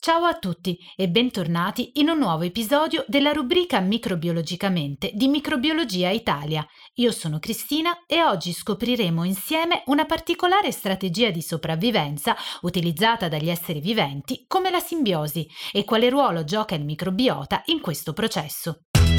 Ciao a tutti e bentornati in un nuovo episodio della rubrica Microbiologicamente di Microbiologia Italia. Io sono Cristina e oggi scopriremo insieme una particolare strategia di sopravvivenza utilizzata dagli esseri viventi come la simbiosi e quale ruolo gioca il microbiota in questo processo.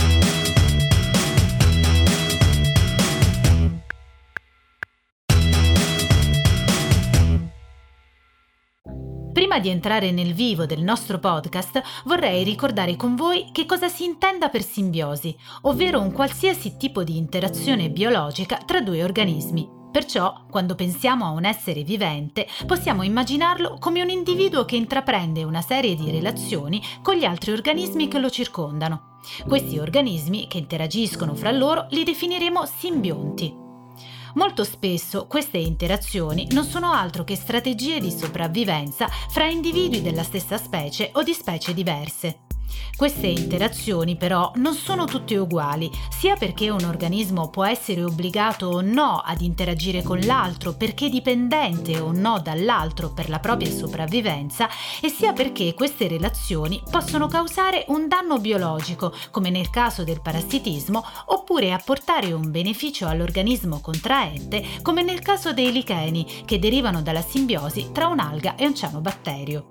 Prima di entrare nel vivo del nostro podcast, vorrei ricordare con voi che cosa si intenda per simbiosi, ovvero un qualsiasi tipo di interazione biologica tra due organismi. Perciò, quando pensiamo a un essere vivente, possiamo immaginarlo come un individuo che intraprende una serie di relazioni con gli altri organismi che lo circondano. Questi organismi che interagiscono fra loro li definiremo simbionti. Molto spesso queste interazioni non sono altro che strategie di sopravvivenza fra individui della stessa specie o di specie diverse. Queste interazioni però non sono tutte uguali, sia perché un organismo può essere obbligato o no ad interagire con l'altro perché dipendente o no dall'altro per la propria sopravvivenza, e sia perché queste relazioni possono causare un danno biologico, come nel caso del parassitismo, oppure apportare un beneficio all'organismo contraente, come nel caso dei licheni, che derivano dalla simbiosi tra un'alga e un cianobatterio.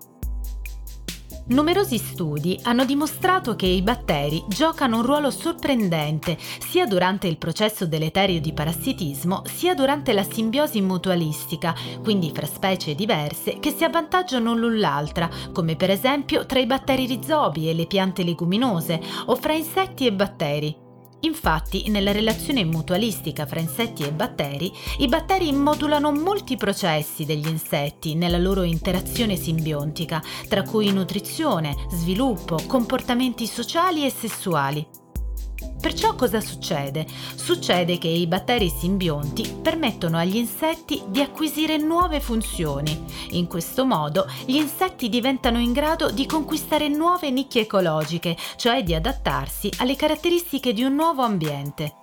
Numerosi studi hanno dimostrato che i batteri giocano un ruolo sorprendente sia durante il processo deleterio di parassitismo sia durante la simbiosi mutualistica, quindi fra specie diverse che si avvantaggiano l'un l'altra, come per esempio tra i batteri rizobi e le piante leguminose o fra insetti e batteri. Infatti, nella relazione mutualistica fra insetti e batteri, i batteri modulano molti processi degli insetti nella loro interazione simbiontica, tra cui nutrizione, sviluppo, comportamenti sociali e sessuali. Perciò cosa succede? Succede che i batteri simbionti permettono agli insetti di acquisire nuove funzioni. In questo modo gli insetti diventano in grado di conquistare nuove nicchie ecologiche, cioè di adattarsi alle caratteristiche di un nuovo ambiente.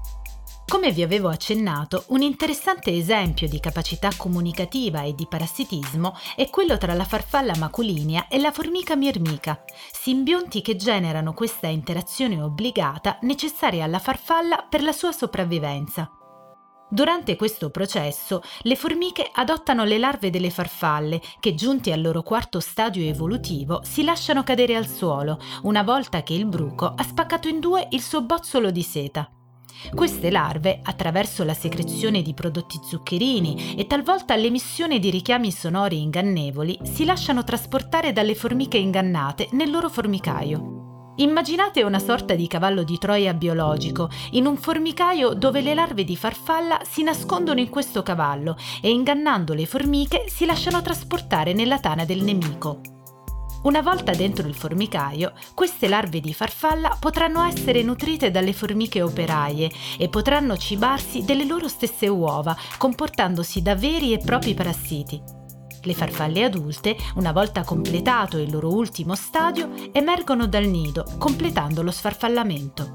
Come vi avevo accennato, un interessante esempio di capacità comunicativa e di parassitismo è quello tra la farfalla maculinea e la formica mirmica, simbionti che generano questa interazione obbligata necessaria alla farfalla per la sua sopravvivenza. Durante questo processo, le formiche adottano le larve delle farfalle che, giunti al loro quarto stadio evolutivo, si lasciano cadere al suolo, una volta che il bruco ha spaccato in due il suo bozzolo di seta. Queste larve, attraverso la secrezione di prodotti zuccherini e talvolta l'emissione di richiami sonori ingannevoli, si lasciano trasportare dalle formiche ingannate nel loro formicaio. Immaginate una sorta di cavallo di Troia biologico, in un formicaio dove le larve di farfalla si nascondono in questo cavallo e, ingannando le formiche, si lasciano trasportare nella tana del nemico. Una volta dentro il formicaio, queste larve di farfalla potranno essere nutrite dalle formiche operaie e potranno cibarsi delle loro stesse uova, comportandosi da veri e propri parassiti. Le farfalle adulte, una volta completato il loro ultimo stadio, emergono dal nido, completando lo sfarfallamento.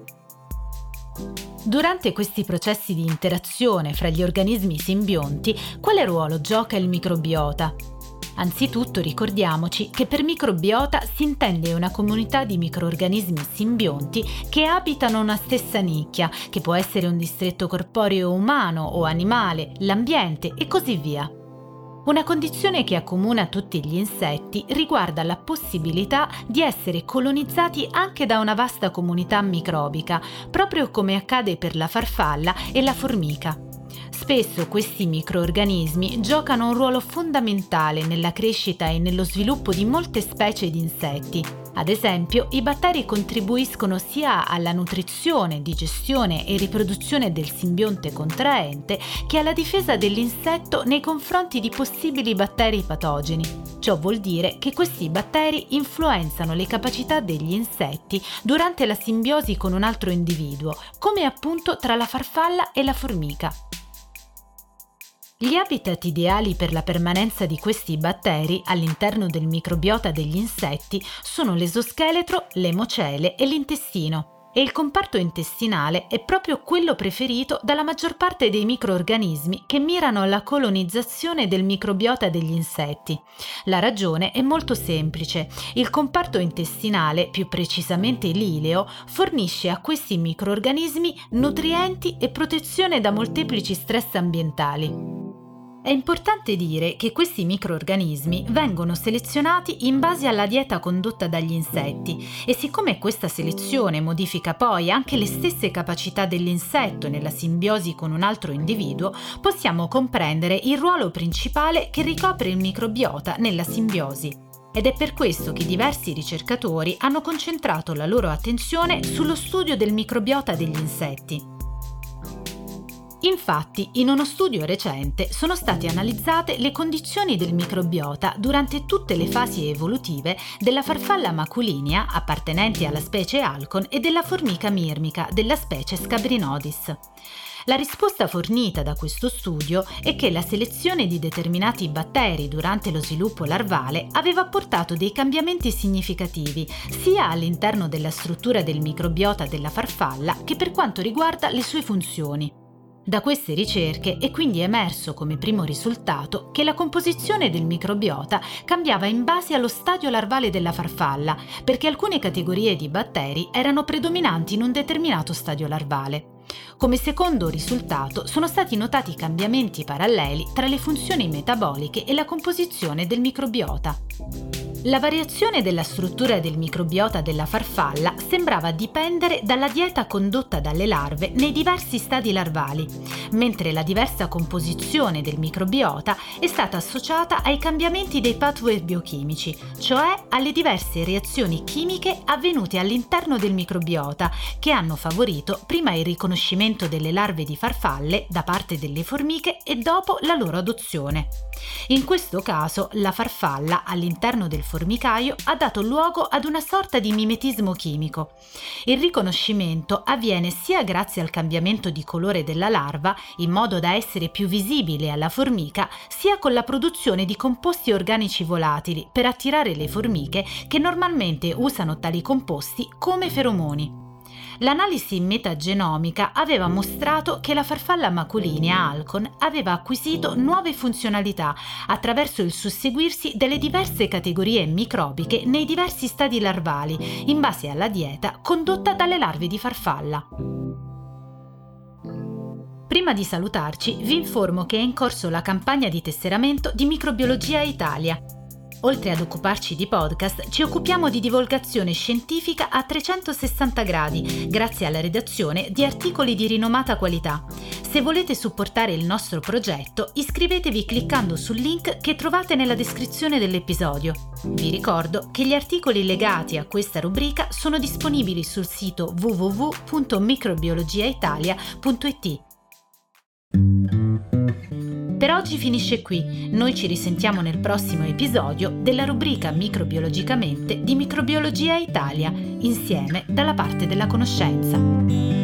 Durante questi processi di interazione fra gli organismi simbionti, quale ruolo gioca il microbiota? Anzitutto ricordiamoci che per microbiota si intende una comunità di microrganismi simbionti che abitano una stessa nicchia, che può essere un distretto corporeo umano o animale, l'ambiente e così via. Una condizione che accomuna tutti gli insetti riguarda la possibilità di essere colonizzati anche da una vasta comunità microbica, proprio come accade per la farfalla e la formica. Spesso questi microorganismi giocano un ruolo fondamentale nella crescita e nello sviluppo di molte specie di insetti. Ad esempio, i batteri contribuiscono sia alla nutrizione, digestione e riproduzione del simbionte contraente che alla difesa dell'insetto nei confronti di possibili batteri patogeni. Ciò vuol dire che questi batteri influenzano le capacità degli insetti durante la simbiosi con un altro individuo, come appunto tra la farfalla e la formica. Gli habitat ideali per la permanenza di questi batteri all'interno del microbiota degli insetti sono l'esoscheletro, l'emocele e l'intestino. E il comparto intestinale è proprio quello preferito dalla maggior parte dei microrganismi che mirano alla colonizzazione del microbiota degli insetti. La ragione è molto semplice. Il comparto intestinale, più precisamente l'ileo, fornisce a questi microrganismi nutrienti e protezione da molteplici stress ambientali. È importante dire che questi microrganismi vengono selezionati in base alla dieta condotta dagli insetti e siccome questa selezione modifica poi anche le stesse capacità dell'insetto nella simbiosi con un altro individuo, possiamo comprendere il ruolo principale che ricopre il microbiota nella simbiosi. Ed è per questo che diversi ricercatori hanno concentrato la loro attenzione sullo studio del microbiota degli insetti. Infatti, in uno studio recente sono state analizzate le condizioni del microbiota durante tutte le fasi evolutive della farfalla maculinea, appartenenti alla specie Alcon, e della formica mirmica, della specie Scabrinodis. La risposta fornita da questo studio è che la selezione di determinati batteri durante lo sviluppo larvale aveva portato dei cambiamenti significativi sia all'interno della struttura del microbiota della farfalla che per quanto riguarda le sue funzioni. Da queste ricerche è quindi emerso come primo risultato che la composizione del microbiota cambiava in base allo stadio larvale della farfalla, perché alcune categorie di batteri erano predominanti in un determinato stadio larvale. Come secondo risultato sono stati notati cambiamenti paralleli tra le funzioni metaboliche e la composizione del microbiota. La variazione della struttura del microbiota della farfalla sembrava dipendere dalla dieta condotta dalle larve nei diversi stadi larvali, mentre la diversa composizione del microbiota è stata associata ai cambiamenti dei pathway biochimici, cioè alle diverse reazioni chimiche avvenute all'interno del microbiota, che hanno favorito prima il riconoscimento delle larve di farfalle da parte delle formiche e dopo la loro adozione. In questo caso, la farfalla all'interno del formicaio ha dato luogo ad una sorta di mimetismo chimico. Il riconoscimento avviene sia grazie al cambiamento di colore della larva, in modo da essere più visibile alla formica, sia con la produzione di composti organici volatili per attirare le formiche che normalmente usano tali composti come feromoni. L'analisi metagenomica aveva mostrato che la farfalla maculinea Alcon aveva acquisito nuove funzionalità attraverso il susseguirsi delle diverse categorie microbiche nei diversi stadi larvali, in base alla dieta condotta dalle larve di farfalla. Prima di salutarci, vi informo che è in corso la campagna di tesseramento di Microbiologia Italia. Oltre ad occuparci di podcast, ci occupiamo di divulgazione scientifica a 360 gradi, grazie alla redazione di articoli di rinomata qualità. Se volete supportare il nostro progetto, iscrivetevi cliccando sul link che trovate nella descrizione dell'episodio. Vi ricordo che gli articoli legati a questa rubrica sono disponibili sul sito www.microbiologiaitalia.it. Per oggi finisce qui, noi ci risentiamo nel prossimo episodio della rubrica Microbiologicamente di Microbiologia Italia, insieme dalla parte della conoscenza.